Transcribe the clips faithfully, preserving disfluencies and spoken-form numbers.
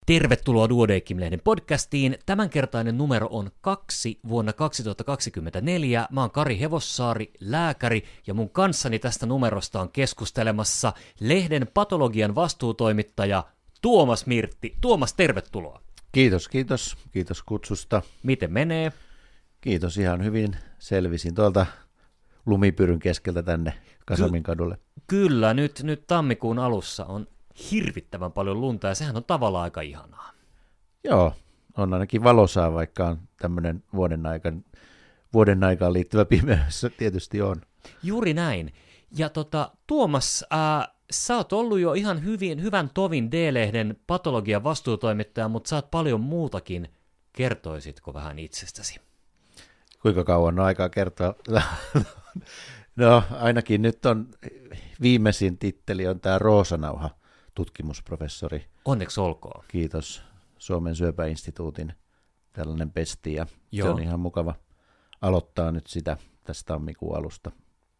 Tervetuloa Duodeckim-lehden podcastiin. Tämänkertainen numero on kaksi vuonna kaksituhattakaksikymmentäneljä. Mä oon Kari Hevossaari, lääkäri, ja mun kanssani tästä numerosta on keskustelemassa lehden patologian vastuutoimittaja Tuomas Mirtti. Tuomas, tervetuloa. Kiitos, kiitos. Kiitos kutsusta. Miten menee? Kiitos, ihan hyvin selvisin tuolta lumipyryn keskeltä tänne Kasamin kadulle. Ky- kyllä, nyt, nyt tammikuun alussa on hirvittävän paljon lunta, ja sehän on tavallaan aika ihanaa. Joo, on ainakin valosaa, vaikka on tämmöinen vuoden, aikaan, vuoden aikaan liittyvä pimeys tietysti on. Juuri näin. Ja tota, Tuomas, ää, sä oot ollut jo ihan hyvin, hyvän tovin D-lehden patologian vastuutoimittaja, mutta sä oot paljon muutakin. Kertoisitko vähän itsestäsi? Kuinka kauan on aikaa kertoa? No ainakin nyt on viimeisin titteli on tämä Roosanauha, tutkimusprofessori. Onneksi olkoon. Kiitos, Suomen syöpäinstituutin tällainen pesti, ja Joo. Se on ihan mukava aloittaa nyt sitä tästä tammikuun alusta.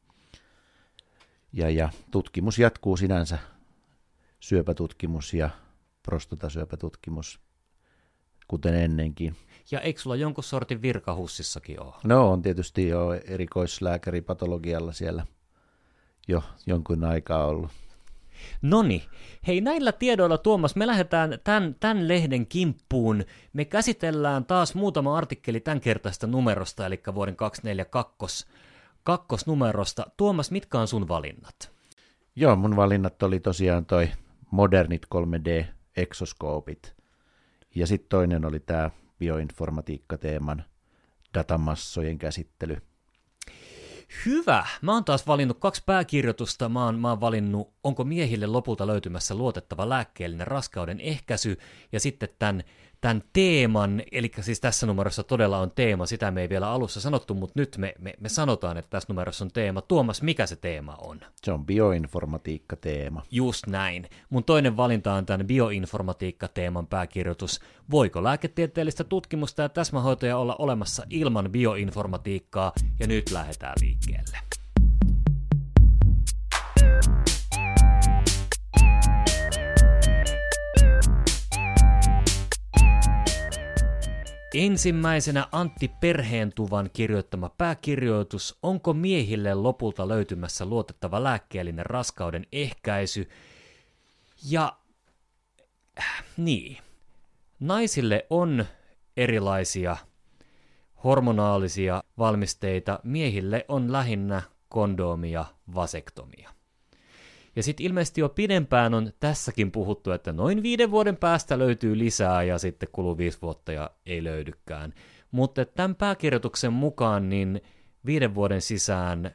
Ja, ja tutkimus jatkuu sinänsä, syöpätutkimus ja prostatasyöpätutkimus, kuten ennenkin. Ja eikö sulla jonkun sortin virka HUSissakin ole? No on tietysti jo erikoislääkäri patologialla siellä jo jonkun aikaa ollut. Noniin. Hei, näillä tiedoilla, Tuomas, me lähdetään tämän, tämän lehden kimppuun. Me käsitellään taas muutama artikkeli tämänkertaista numerosta, eli vuoden kaksikymmentäneljä kakkosnumerosta. Tuomas, mitkä on sun valinnat? Joo, mun valinnat oli tosiaan toi modernit kolme D-eksoskoopit. Ja sitten toinen oli tämä bioinformatiikka-teeman datamassojen käsittely. Hyvä. Mä oon taas valinnut kaksi pääkirjoitusta. Mä oon, mä oon valinnut, onko miehille lopulta löytymässä luotettava lääkkeellinen raskauden ehkäisy, ja sitten tämän, tämän teeman, eli siis tässä numerossa todella on teema, sitä me ei vielä alussa sanottu, mutta nyt me, me, me sanotaan, että tässä numerossa on teema. Tuomas, mikä se teema on? Se on bioinformatiikka-teema. Just näin. Mun toinen valinta on tämän bioinformatiikka-teeman pääkirjoitus. Voiko lääketieteellistä tutkimusta ja täsmähoitoja olla olemassa ilman bioinformatiikkaa? Ja nyt lähdetään liikkeelle. Ensimmäisenä Antti Perheentuvan kirjoittama pääkirjoitus, onko miehille lopulta löytymässä luotettava lääkkeellinen raskauden ehkäisy? Ja äh, niin, naisille on erilaisia hormonaalisia valmisteita, miehille on lähinnä kondoomi ja vasektomia. Ja sitten ilmeisesti jo pidempään on tässäkin puhuttu, että noin viiden vuoden päästä löytyy lisää ja sitten kuluu viisi vuotta ja ei löydykään. Mutta tämän pääkirjoituksen mukaan niin viiden vuoden sisään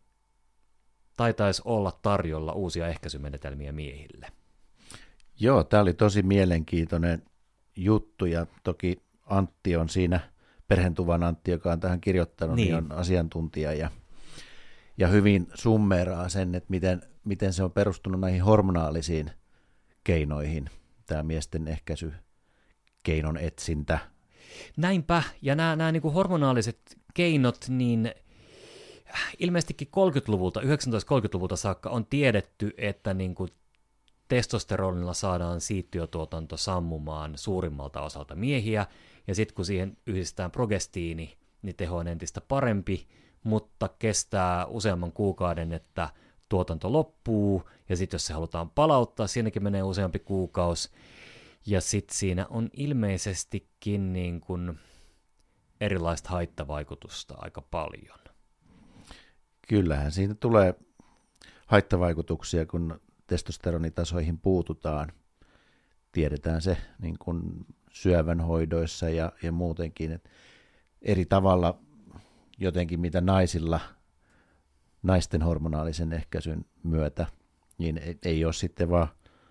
taitaisi olla tarjolla uusia ehkäisymenetelmiä miehille. Joo, tämä oli tosi mielenkiintoinen juttu, ja toki Antti on siinä, Perheentuvan Antti, joka on tähän kirjoittanut, niin, niin on asiantuntija ja, ja hyvin summeeraa sen, että miten miten se on perustunut näihin hormonaalisiin keinoihin, tämä miesten ehkäisykeinon etsintä. Näinpä, ja nämä, nämä niin kuin hormonaaliset keinot, niin ilmeisestikin kolmekymmentäluvulta, yhdeksäntoistakolmekymmentäluvulta saakka on tiedetty, että niin kuin testosteronilla saadaan siittiötuotanto sammumaan suurimmalta osalta miehiä, ja sitten kun siihen yhdistetään progestiini, niin teho on entistä parempi, mutta kestää useamman kuukauden, että tuotanto loppuu, ja sitten jos se halutaan palauttaa, siinäkin menee useampi kuukausi, ja sitten siinä on ilmeisestikin niin kuin erilaista haittavaikutusta aika paljon. Kyllähän siinä tulee haittavaikutuksia, kun testosteronitasoihin puututaan. Tiedetään se niin kuin syövän hoidoissa ja, ja muutenkin, että eri tavalla jotenkin mitä naisilla naisten hormonaalisen ehkäisyn myötä, niin ei, ei ole sitten vaan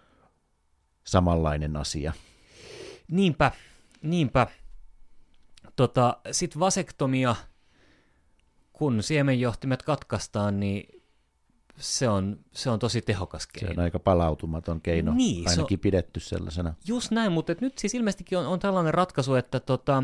samanlainen asia. Niinpä, niinpä. Tota, sitten vasektomia, kun siemenjohtimet katkaistaan, niin se on, se on tosi tehokas keino. Se on aika palautumaton keino, niin, ainakin on, pidetty sellaisena. Just näin, mutta nyt siis ilmeisestikin on, on tällainen ratkaisu, että tota,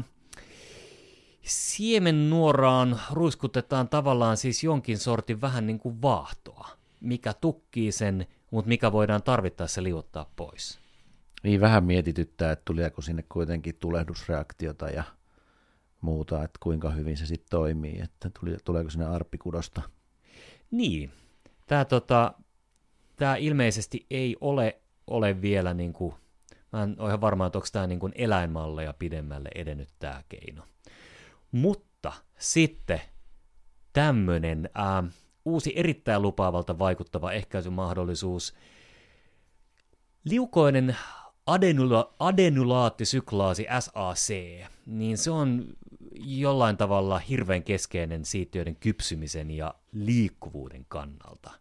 siemennuoraan ruiskutetaan tavallaan siis jonkin sortin vähän niin kuin vaahtoa, mikä tukkii sen, mutta mikä voidaan tarvittaessa liuottaa pois. Niin vähän mietityttää, että tuleeko sinne kuitenkin tulehdusreaktiota ja muuta, että kuinka hyvin se sitten toimii, että tuleeko sinne arppikudosta. Niin, tämä tota, tää ilmeisesti ei ole, ole vielä, niin kuin, mä en ole ihan varma, että onko tämä niin kuin eläinmalleja pidemmälle edennyt tämä keino. Mutta sitten tämmöinen ää, uusi erittäin lupaavalta vaikuttava ehkäisymahdollisuus, liukoinen adenula- adenulaattisyklaasi S A C, niin se on jollain tavalla hirveän keskeinen siittiöiden kypsymisen ja liikkuvuuden kannalta.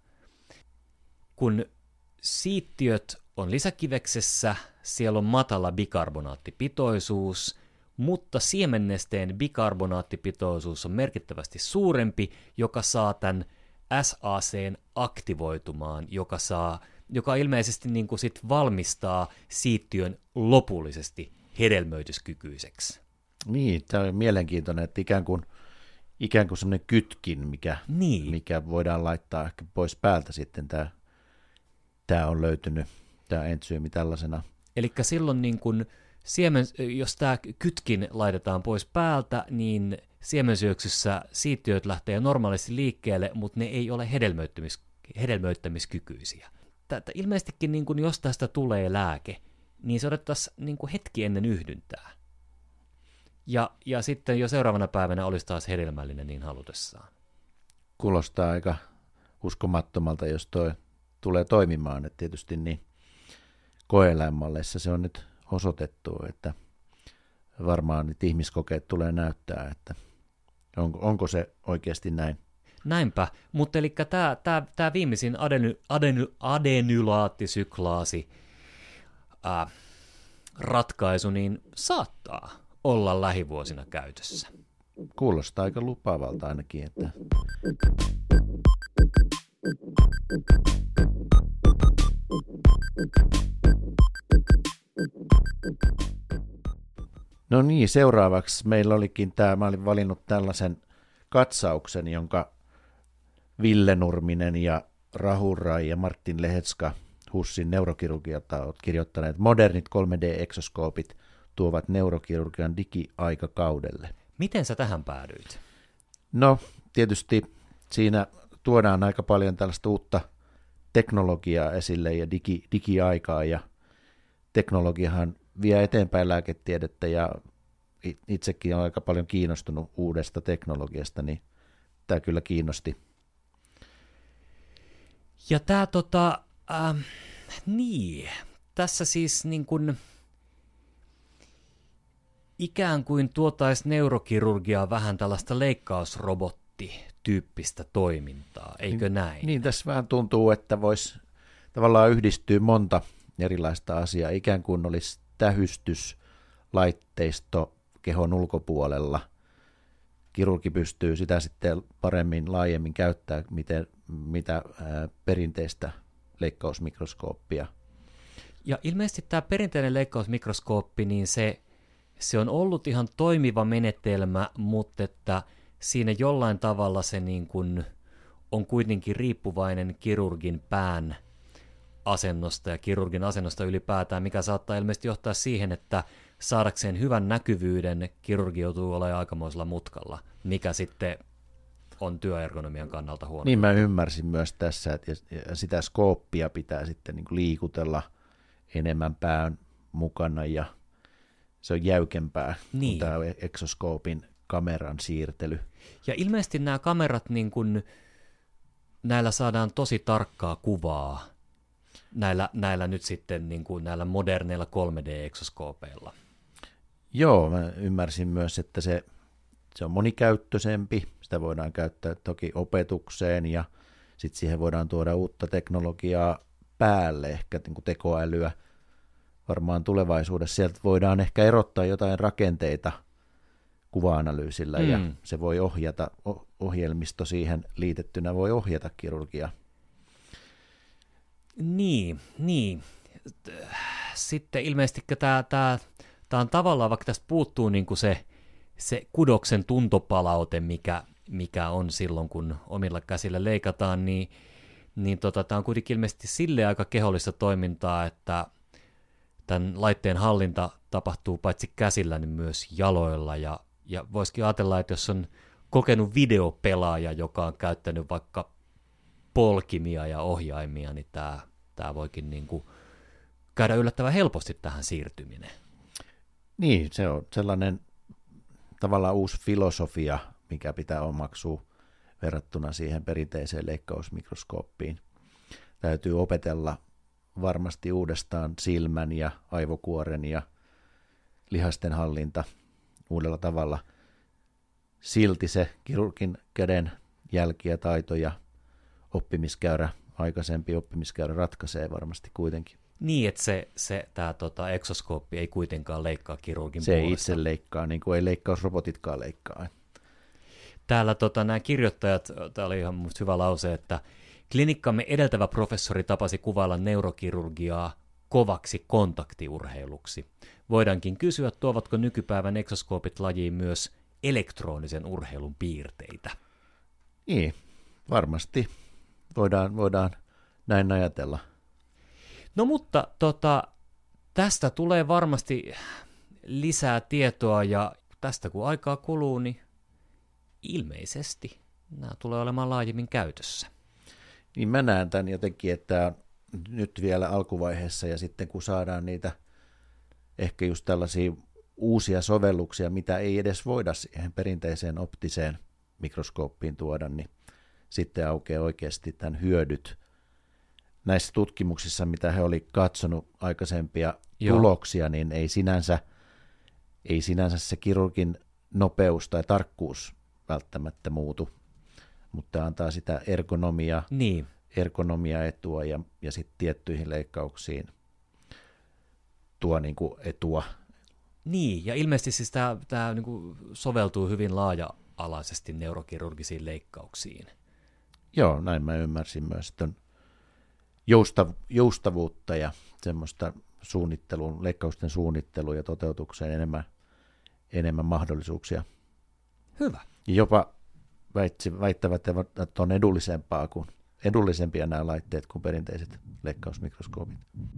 Kun siittiöt on lisäkiveksessä, siellä on matala bikarbonaattipitoisuus, mutta siemennesteen bikarbonaattipitoisuus on merkittävästi suurempi, joka saa tämän S A C:n aktivoitumaan, joka, saa, joka ilmeisesti niin kuin sit valmistaa siittiön lopullisesti hedelmöityskykyiseksi. Niin, tämä on mielenkiintoinen, että ikään kuin, ikään kuin semmoinen kytkin, mikä, niin. mikä voidaan laittaa ehkä pois päältä sitten, tämä, tämä on löytynyt, tämä entsyymi tällaisena. Eli silloin niin kun siemen, jos tämä kytkin laitetaan pois päältä, niin siemensyöksyssä siittiöt lähtee normaalisti liikkeelle, mutta ne ei ole hedelmöittämis, hedelmöittämiskykyisiä. Tätä, ilmeisestikin niin kun jos tästä tulee lääke, niin se otettaisiin niin kun hetki ennen yhdyntää. Ja, ja sitten jo seuraavana päivänä olisi taas hedelmällinen niin halutessaan. Kuulostaa aika uskomattomalta, jos toi tulee toimimaan. Että tietysti niin koe-eläinmalleissa se on nyt osoitettu, että varmaan nyt ihmiskokeet tulee näyttää, että onko, onko se oikeasti näin. Näinpä, mutta eli tämä, tämä, tämä viimeisin adeny, adeny, adenylaattisyklaasi ää, ratkaisu niin saattaa olla lähivuosina käytössä. Kuulostaa aika lupaavalta ainakin, että no niin, seuraavaksi meillä olikin tämä, mä olin valinnut tällaisen katsauksen, jonka Ville Nurminen ja Rahurrai ja Martin Lehetska HUSin neurokirurgialta ovat kirjoittaneet modernit kolme D-eksoskoopit tuovat neurokirurgian digiaikakaudelle. Miten sä tähän päädyit? No, tietysti siinä tuodaan aika paljon tällaista uutta teknologiaa esille ja digi, digiaikaa, ja teknologiahan vie eteenpäin lääketiedettä, ja itsekin olen aika paljon kiinnostunut uudesta teknologiasta, niin tämä kyllä kiinnosti. Ja tämä tota, äh, niin, tässä siis niin kuin ikään kuin tuotaisi neurokirurgiaa vähän tällaista leikkausrobottityyppistä toimintaa, eikö niin, näin? Niin, tässä vähän tuntuu, että voisi tavallaan yhdistyä monta erilaista asiaa, ikään kuin olisi tähystyslaitteisto kehon ulkopuolella. Kirurgi pystyy sitä sitten paremmin, laajemmin käyttämään, miten, mitä ää, perinteistä leikkausmikroskooppia. Ja ilmeisesti tämä perinteinen leikkausmikroskooppi, niin se, se on ollut ihan toimiva menetelmä, mutta että siinä jollain tavalla se niin kuin on kuitenkin riippuvainen kirurgin pään asennosta ja kirurgin asennosta ylipäätään, mikä saattaa ilmeisesti johtaa siihen, että saadakseen hyvän näkyvyyden kirurgi joutuu olemaan aikamoisella mutkalla, mikä sitten on työergonomian kannalta huono. Niin mä ymmärsin myös tässä, että sitä skooppia pitää sitten niin kuin liikutella enemmän pään mukana, ja se on jäykempää niin kuin tämä eksoskoopin kameran siirtely. Ja ilmeisesti nämä kamerat, niin kun, näillä saadaan tosi tarkkaa kuvaa näillä, näillä nyt sitten niin kuin näillä moderneilla kolme D-eksoskoopeilla. Joo, mä ymmärsin myös, että se, se on monikäyttöisempi, sitä voidaan käyttää toki opetukseen, ja sitten siihen voidaan tuoda uutta teknologiaa päälle, ehkä niin kuin tekoälyä varmaan tulevaisuudessa. Sieltä voidaan ehkä erottaa jotain rakenteita kuva-analyysillä, mm. ja se voi ohjata, ohjelmisto siihen liitettynä voi ohjata kirurgiaa. Niin, niin. Sitten ilmeisesti tämä, tämä, tämä on tavallaan, vaikka tästä puuttuu niin kuin se, se kudoksen tuntopalaute, mikä, mikä on silloin, kun omilla käsillä leikataan, niin, niin tota, tämä on kuitenkin ilmeisesti silleen aika kehollista toimintaa, että tämän laitteen hallinta tapahtuu paitsi käsillä, niin myös jaloilla, ja, ja voisikin ajatella, että jos on kokenut videopelaaja, joka on käyttänyt vaikka polkimia ja ohjaimia, niin tämä, tämä voikin niin kuin käydä yllättävän helposti tähän siirtyminen. Niin, se on sellainen tavallaan uusi filosofia, mikä pitää omaksua verrattuna siihen perinteiseen leikkausmikroskooppiin. Täytyy opetella varmasti uudestaan silmän ja aivokuoren ja lihasten hallinta uudella tavalla. Silti se kirurgin käden jälki ja taito ja oppimiskäyrä, aikaisempi oppimiskäyrä ratkaisee varmasti kuitenkin. Niin, että se, se tämä tota, eksoskooppi ei kuitenkaan leikkaa kirurgin se puolesta. Ei itse leikkaa, niin kuin ei leikkausrobotitkaan leikkaa. Täällä tota, nämä kirjoittajat, tämä oli ihan musta hyvä lause, että klinikkamme edeltävä professori tapasi kuvailla neurokirurgiaa kovaksi kontaktiurheiluksi. Voidaankin kysyä, tuovatko nykypäivän eksoskoopit lajiin myös elektronisen urheilun piirteitä. Niin, varmasti voidaan, voidaan näin ajatella. No mutta tota, tästä tulee varmasti lisää tietoa, ja tästä kun aikaa kuluu, niin ilmeisesti nämä tulee olemaan laajemmin käytössä. Niin mä näen tämän jotenkin, että nyt vielä alkuvaiheessa, ja sitten kun saadaan niitä ehkä just tällaisia uusia sovelluksia, mitä ei edes voida siihen perinteiseen optiseen mikroskooppiin tuoda, niin sitten aukeaa oikeasti tämän hyödyt. Näissä tutkimuksissa, mitä he oli katsonut aikaisempia Joo. tuloksia, niin ei sinänsä, ei sinänsä se kirurgin nopeus tai tarkkuus välttämättä muutu, mutta antaa sitä ergonomia, niin. ergonomia-etua ja, ja sitten tiettyihin leikkauksiin tuo niin kuin etua. Niin, ja ilmeisesti siis tämä, tämä niin kuin soveltuu hyvin laaja-alaisesti neurokirurgisiin leikkauksiin. Joo, näin mä ymmärsin myös, että on joustav- joustavuutta ja semmoista suunnittelun, leikkausten suunnittelua ja toteutukseen enemmän, enemmän mahdollisuuksia. Hyvä. Jopa väitsi, väittävät, että on edullisempaa kuin, edullisempia nämä laitteet kuin perinteiset leikkausmikroskoopit.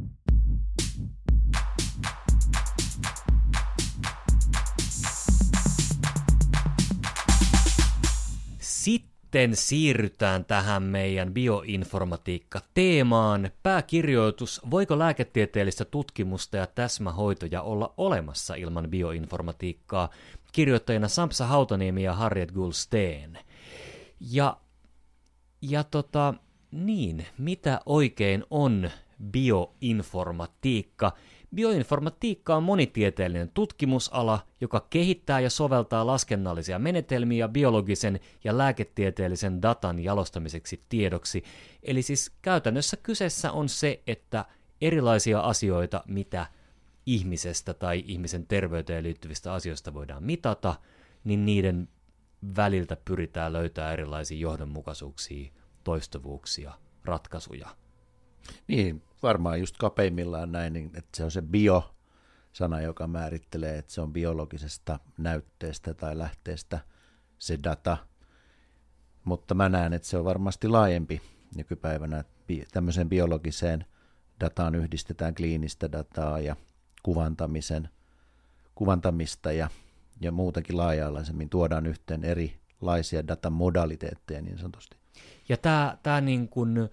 Sitten siirrytään tähän meidän bioinformatiikka-teemaan. Pääkirjoitus, voiko lääketieteellistä tutkimusta ja täsmähoitoja olla olemassa ilman bioinformatiikkaa? Kirjoittajina Sampsa Hautaniemi ja Harriet Gulsteen. Ja, ja tota, niin, mitä oikein on bioinformatiikka? Bioinformatiikka on monitieteellinen tutkimusala, joka kehittää ja soveltaa laskennallisia menetelmiä biologisen ja lääketieteellisen datan jalostamiseksi tiedoksi. Eli siis käytännössä kyseessä on se, että erilaisia asioita, mitä ihmisestä tai ihmisen terveyteen liittyvistä asioista voidaan mitata, niin niiden väliltä pyritään löytämään erilaisia johdonmukaisuuksia, toistuvuuksia, ratkaisuja. Niin, varmaan just kapeimmillaan näin, että se on se bio-sana, joka määrittelee, että se on biologisesta näytteestä tai lähteestä se data, mutta mä näen, että se on varmasti laajempi nykypäivänä. Tämmöiseen biologiseen dataan yhdistetään kliinistä dataa ja kuvantamisen, kuvantamista ja, ja muutakin laaja-alaisemmin tuodaan yhteen erilaisia datamodaliteetteja niin sanotusti. Ja tämä, tämä, niin kuin,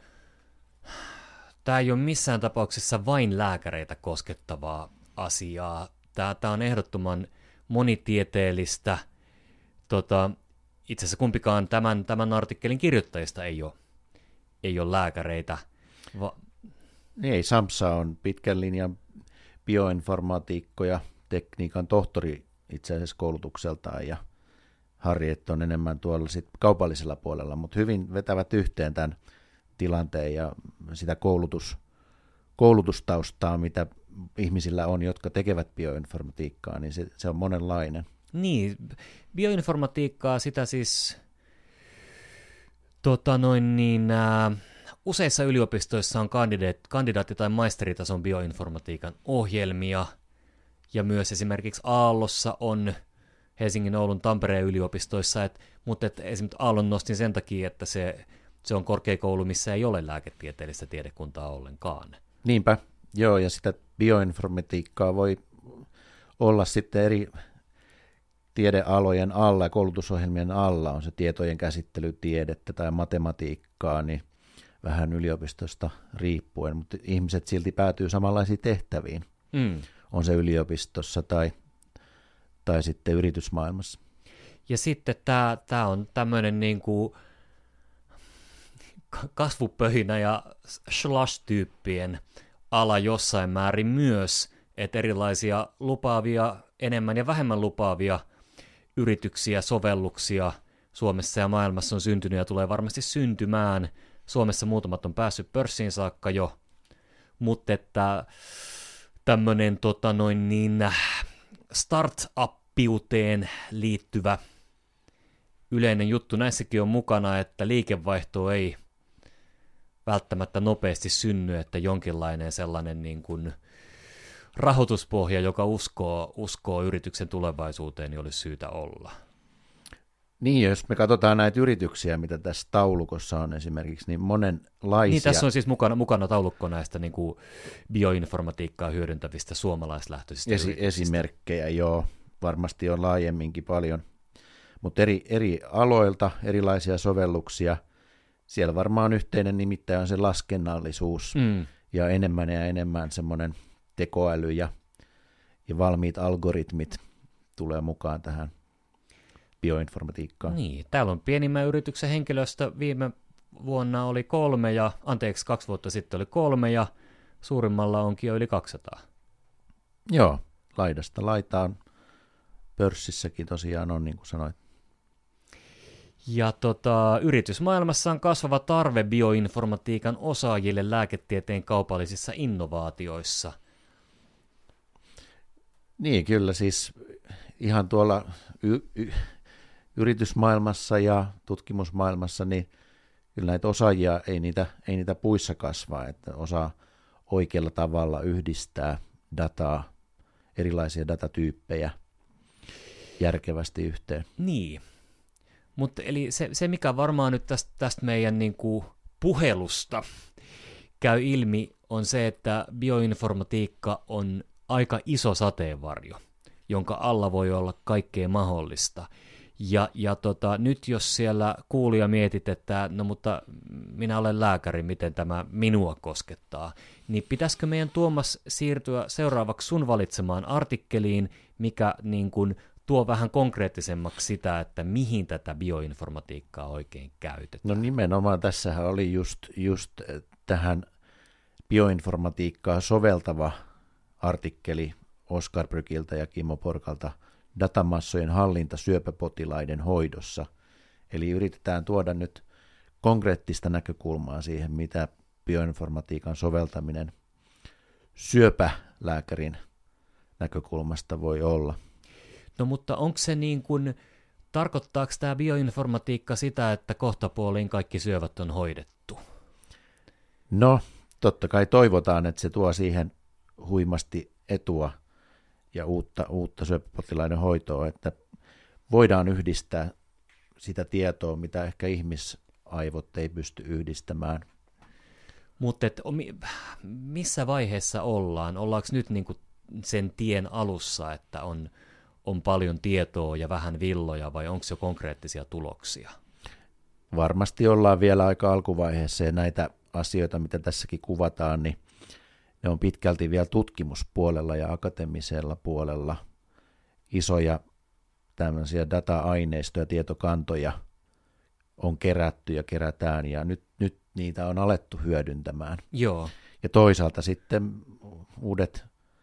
tämä ei ole missään tapauksessa vain lääkäreitä koskettavaa asiaa. Tämä, tämä on ehdottoman monitieteellistä. Tota, itse asiassa kumpikaan tämän, tämän artikkelin kirjoittajista ei ole, ei ole lääkäreitä. Va- niin ei, Sampsa on pitkän linjan bioinformatiikko ja tekniikan tohtori itse asiassa koulutukseltaan, ja Harriet on enemmän tuolla sit kaupallisella puolella, mutta hyvin vetävät yhteen tämän tilanteen ja sitä koulutus, koulutustaustaa, mitä ihmisillä on, jotka tekevät bioinformatiikkaa, niin se, se on monenlainen. Niin, bioinformatiikkaa sitä siis tota noin niin, ä, useissa yliopistoissa on kandidaat, kandidaatti- tai maisteritason bioinformatiikan ohjelmia, ja myös esimerkiksi Aallossa on Helsingin, Oulun, Tampereen yliopistoissa, et, mutta et esimerkiksi Aallon nostin sen takia, että se, se on korkeakoulu, missä ei ole lääketieteellistä tiedekuntaa ollenkaan. Niinpä, Joo, ja sitä bioinformatiikkaa voi olla sitten eri tiedealojen alla ja koulutusohjelmien alla, on se tietojen käsittelytiedettä tai matematiikkaa, niin vähän yliopistosta riippuen, mutta ihmiset silti päätyy samanlaisiin tehtäviin, mm. on se yliopistossa tai, tai sitten yritysmaailmassa. Ja sitten tämä, tämä on tämmöinen niin kuin kasvupöhinä ja slash-tyyppien ala jossain määrin myös, että erilaisia lupaavia, enemmän ja vähemmän lupaavia yrityksiä, sovelluksia Suomessa ja maailmassa on syntynyt ja tulee varmasti syntymään. Suomessa muutamat on päässyt pörssiin saakka jo, mutta että tämmöinen tota noin niin startup-piuteen liittyvä yleinen juttu näissäkin on mukana, että liikevaihto ei välttämättä nopeasti synny, että jonkinlainen sellainen niin kuin rahoituspohja, joka uskoo, uskoo yrityksen tulevaisuuteen, niin olisi syytä olla. Niin, jos me katsotaan näitä yrityksiä, mitä tässä taulukossa on esimerkiksi, niin monenlaisia. Niin, tässä on siis mukana, mukana taulukko näistä niin kuin bioinformatiikkaa hyödyntävistä suomalaislähtöisistä Esi- esimerkkejä, joo, varmasti on laajemminkin paljon, mutta eri, eri aloilta erilaisia sovelluksia. Siellä varmaan yhteinen nimittäjä on se laskennallisuus mm. ja enemmän ja enemmän semmoinen tekoäly ja, ja valmiit algoritmit tulee mukaan tähän bioinformatiikkaan. Niin, täällä on pienimmän yrityksen henkilöstö viime vuonna oli kolme ja, anteeksi, kaksi vuotta sitten oli kolme ja suurimmalla onkin jo yli kaksisataa. Joo, laidasta laitaan. Pörssissäkin tosiaan on, niin kuin sanoit. Ja tota, yritysmaailmassa on kasvava tarve bioinformatiikan osaajille lääketieteen kaupallisissa innovaatioissa. Niin, kyllä siis ihan tuolla y- y- yritysmaailmassa ja tutkimusmaailmassa, niin kyllä näitä osaajia ei niitä, ei niitä puissa kasvaa, että osaa oikealla tavalla yhdistää dataa, erilaisia datatyyppejä järkevästi yhteen. Niin, mutta eli se, se mikä varmaan nyt tästä, tästä meidän niin kuin puhelusta käy ilmi, on se, että bioinformatiikka on aika iso sateenvarjo, jonka alla voi olla kaikkea mahdollista. Ja, ja tota, nyt jos siellä kuulija mietit, että no mutta minä olen lääkäri, miten tämä minua koskettaa, niin pitäisikö meidän Tuomas siirtyä seuraavaksi sun valitsemaan artikkeliin, mikä niin kuin tuo vähän konkreettisemmaksi sitä, että mihin tätä bioinformatiikkaa oikein käytetään? No nimenomaan tässähän oli just, just tähän bioinformatiikkaa soveltava artikkeli Oskar Brykiltä ja Kimmo Porkalta datamassojen hallinta syöpäpotilaiden hoidossa. Eli yritetään tuoda nyt konkreettista näkökulmaa siihen, mitä bioinformatiikan soveltaminen syöpälääkärin näkökulmasta voi olla. No mutta onko se niin kuin, tarkoittaako tämä bioinformatiikka sitä, että kohtapuoliin kaikki syövät on hoidettu? No, totta kai toivotaan, että se tuo siihen huimasti etua ja uutta, uutta syöpäpotilaiden hoitoa, että voidaan yhdistää sitä tietoa, mitä ehkä ihmisaivot ei pysty yhdistämään. Mutta missä vaiheessa ollaan? Ollaanko nyt niinku sen tien alussa, että on, on paljon tietoa ja vähän villoja, vai onko jo konkreettisia tuloksia? Varmasti ollaan vielä aika alkuvaiheessa, ja näitä asioita, mitä tässäkin kuvataan, niin ne on pitkälti vielä tutkimuspuolella ja akateemisella puolella isoja tämmöisiä data-aineistoja, tietokantoja on kerätty ja kerätään, ja nyt, nyt niitä on alettu hyödyntämään. Joo. Ja toisaalta sitten uudet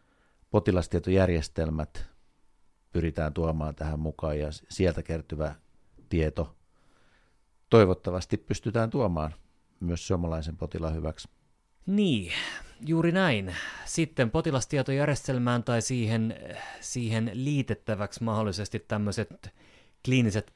potilastietojärjestelmät pyritään tuomaan tähän mukaan, ja sieltä kertyvä tieto toivottavasti pystytään tuomaan myös suomalaisen potilaan hyväksi. Niin, juuri näin. Sitten potilastietojärjestelmään tai siihen, siihen liitettäväksi mahdollisesti tämmöiset kliiniset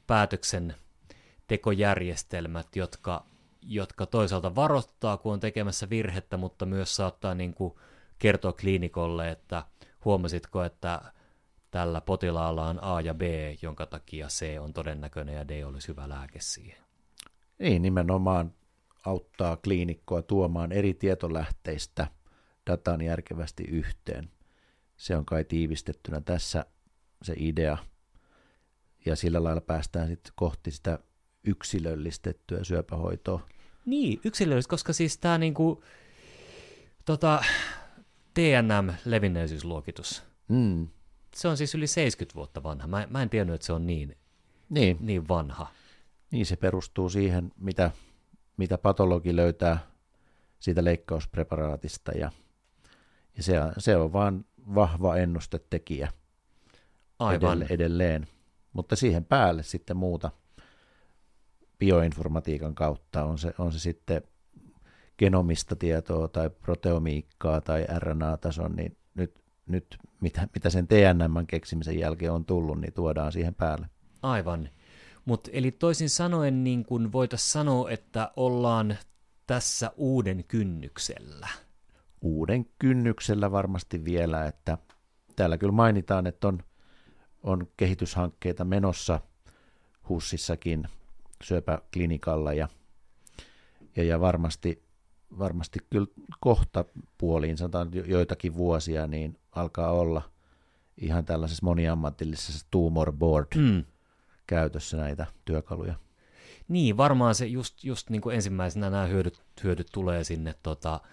päätöksentekojärjestelmät, jotka, jotka toisaalta varoittaa, kun on tekemässä virhettä, mutta myös saattaa niin kuin kertoa kliinikolle, että huomasitko, että tällä potilaalla on A ja B, jonka takia C on todennäköinen ja D olisi hyvä lääke siihen. Niin, nimenomaan auttaa kliinikkoa tuomaan eri tietolähteistä datan järkevästi yhteen. Se on kai tiivistettynä tässä se idea, ja sillä lailla päästään sitten kohti sitä yksilöllistettyä syöpähoitoa. Niin, yksilöllistä, koska siis tämä niinku, tota, T N M-levinneisyysluokitus, Mm. se on siis yli seitsemänkymmentä vuotta vanha. Mä, mä en tiennyt, että se on niin, Niin. niin vanha. Niin se perustuu siihen, mitä, mitä patologi löytää siitä leikkauspreparaatista, ja, ja se, se on vaan vahva ennustetekijä Aivan. edelleen. Mutta siihen päälle sitten muuta bioinformatiikan kautta, on se, on se sitten genomista tietoa tai proteomiikkaa tai R N A-tason, niin nyt, nyt mitä, mitä sen T N M:n keksimisen jälkeen on tullut, niin tuodaan siihen päälle. Aivan. Mut eli toisin sanoen niin kun voitaisiin sanoa, että ollaan tässä uuden kynnyksellä. Uuden kynnyksellä varmasti vielä, että täällä kyllä mainitaan, että on, on kehityshankkeita menossa HUSissakin syöpäklinikalla, ja, ja, ja varmasti, varmasti kyllä kohta puoliin, sanotaan joitakin vuosia, niin alkaa olla ihan tällaisessa moniammatillisessa tumor board Mm. käytössä näitä työkaluja. Niin, varmaan se just, just niin kuin ensimmäisenä nämä hyödyt, hyödyt tulee sinne tota,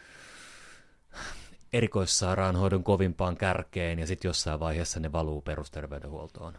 erikoissairaanhoidon kovimpaan kärkeen, ja sitten jossain vaiheessa ne valuu perusterveydenhuoltoon.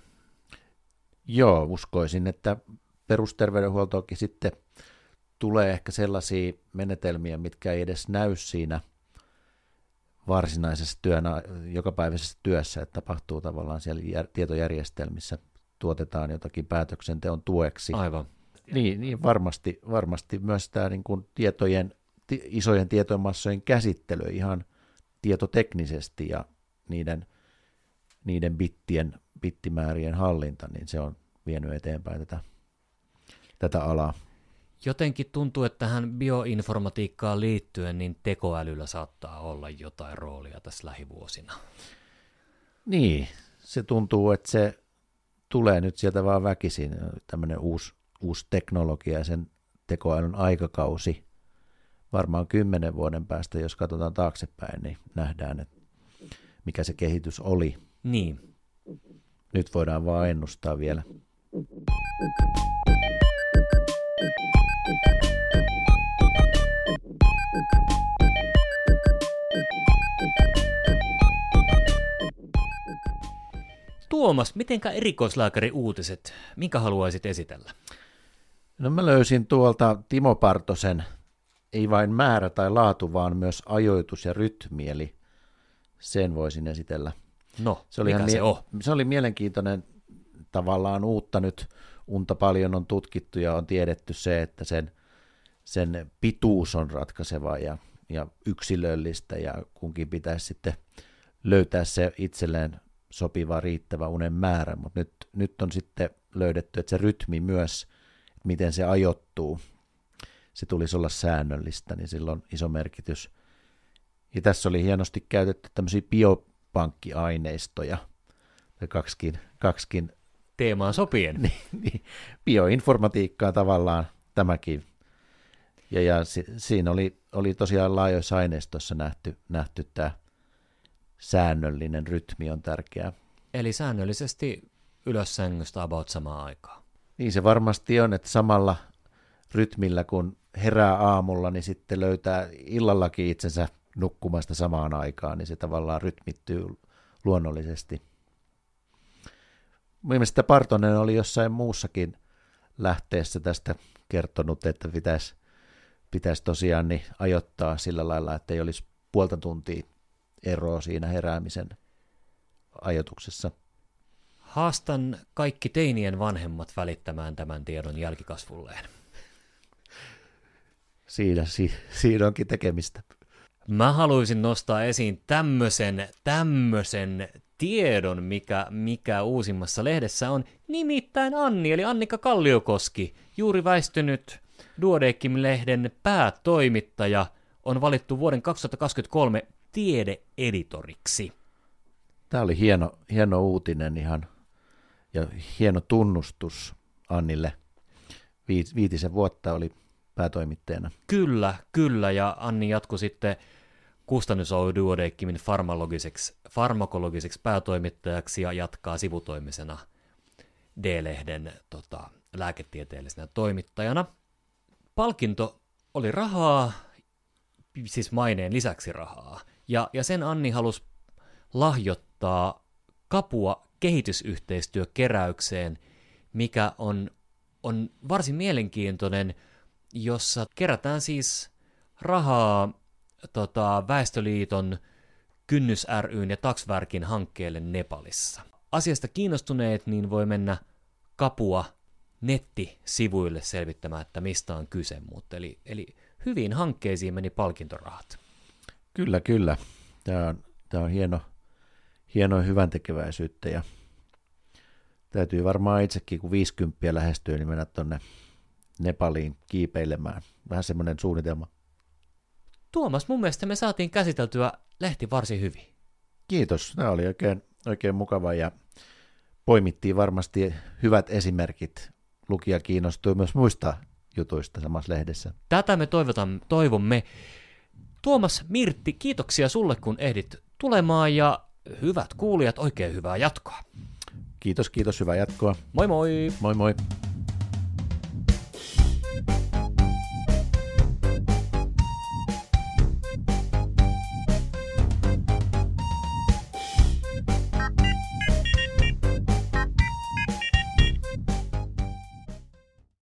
Joo, uskoisin, että perusterveydenhuoltoonkin sitten tulee ehkä sellaisia menetelmiä, mitkä ei edes näy siinä varsinaisessa työnä, jokapäiväisessä työssä, että tapahtuu tavallaan siellä jär, tietojärjestelmissä, tuotetaan jotakin päätöksenteon tueksi. Aivan. Niin, niin varmasti, varmasti myös tämä niin kuin tietojen, ti, isojen tietomassojen käsittely ihan tietoteknisesti ja niiden, niiden bittien, bittimäärien hallinta, niin se on vienyt eteenpäin tätä, tätä alaa. Jotenkin tuntuu, että tähän bioinformatiikkaan liittyen niin tekoälyllä saattaa olla jotain roolia tässä lähivuosina. Niin, se tuntuu, että se tulee nyt sieltä vaan väkisin, tämmöinen uusi, uusi teknologia ja sen tekoälyn aikakausi. Varmaan kymmenen vuoden päästä, jos katsotaan taaksepäin, niin nähdään, että mikä se kehitys oli. Niin. Nyt voidaan vaan ennustaa vielä. Tuomas, mitenkä erikoislääkäri uutiset, minkä haluaisit esitellä? No mä löysin tuolta Timo Partosen, ei vain määrä tai laatu, vaan myös ajoitus ja rytmi, eli sen voisin esitellä. No, se oli mikä mie- se on? Se oli mielenkiintoinen, tavallaan uutta nyt, unta paljon on tutkittu ja on tiedetty se, että sen, sen pituus on ratkaiseva ja, ja yksilöllistä, ja kunkin pitäisi sitten löytää se itselleen sopiva riittävä unen määrä, mutta nyt, nyt on sitten löydetty, että se rytmi myös, miten se ajoittuu, se tulisi olla säännöllistä, niin sillä on iso merkitys. Ja tässä oli hienosti käytetty tämmöisiä biopankkiaineistoja, tai kaksikin, kaksikin Teemaan sopien. niin, niin, bioinformatiikkaa tavallaan tämäkin. Ja, ja si, siinä oli, oli tosiaan laajoissa aineistossa nähty, nähty tämä säännöllinen rytmi on tärkeää. Eli säännöllisesti ylös sängystä about samaan aikaan. Niin se varmasti on, että samalla rytmillä kun herää aamulla, niin sitten löytää illallakin itsensä nukkumasta samaan aikaan, niin se tavallaan rytmittyy luonnollisesti. Mielestäni Partonen oli jossain muussakin lähteessä tästä kertonut, että pitäisi, pitäisi tosiaan niin ajoittaa sillä lailla, että ei olisi puolta tuntia eroa siinä heräämisen ajoituksessa. Haastan kaikki teinien vanhemmat välittämään tämän tiedon jälkikasvulleen. Siinä, si, siinä onkin tekemistä. Mä haluaisin nostaa esiin tämmöisen, tämmöisen tiedon, mikä, mikä uusimmassa lehdessä on. Nimittäin Anni, eli Annika Kalliokoski, juuri väistynyt Duodeckim-lehden päätoimittaja, on valittu vuoden kaksituhattakaksikymmentäkolme tiede-editoriksi. Tämä oli hieno, hieno uutinen ihan, ja hieno tunnustus Annille. Viitisen vuotta oli päätoimittajana. Kyllä, kyllä, ja Anni jatkoi sitten Kustannus Oy Duodecimin farmakologiseksi, farmakologiseksi päätoimittajaksi ja jatkaa sivutoimisena D-lehden tota, lääketieteellisenä toimittajana. Palkinto oli rahaa, siis maineen lisäksi rahaa, ja, ja sen Anni halusi lahjoittaa Kapua kehitysyhteistyökeräykseen, mikä on, on varsin mielenkiintoinen, jossa kerätään siis rahaa tota, Väestöliiton, Kynnys ry:n ja Taksvärkin hankkeelle Nepalissa. Asiasta kiinnostuneet niin voi mennä Kapua nettisivuille selvittämään, että mistä on kyse, mutta eli, eli hyviin hankkeisiin meni palkintorahat. Kyllä, kyllä. Tämä on, tämä on hieno, hieno hyvän tekeväisyyttä ja täytyy varmaan itsekin, kun viisikymppiä lähestyy, niin mennä tuonne Nepaliin kiipeilemään. Vähän semmoinen suunnitelma. Tuomas, mun mielestä me saatiin käsiteltyä lehti varsin hyvin. Kiitos. Tämä oli oikein, oikein mukava ja poimittiin varmasti hyvät esimerkit. Lukija kiinnostui myös muista jutuista samassa lehdessä. Tätä me toivotan, toivomme. Tuomas, Mirtti, kiitoksia sulle, kun ehdit tulemaan ja hyvät kuulijat, oikein hyvää jatkoa. Kiitos, kiitos, hyvää jatkoa. Moi moi! Moi moi!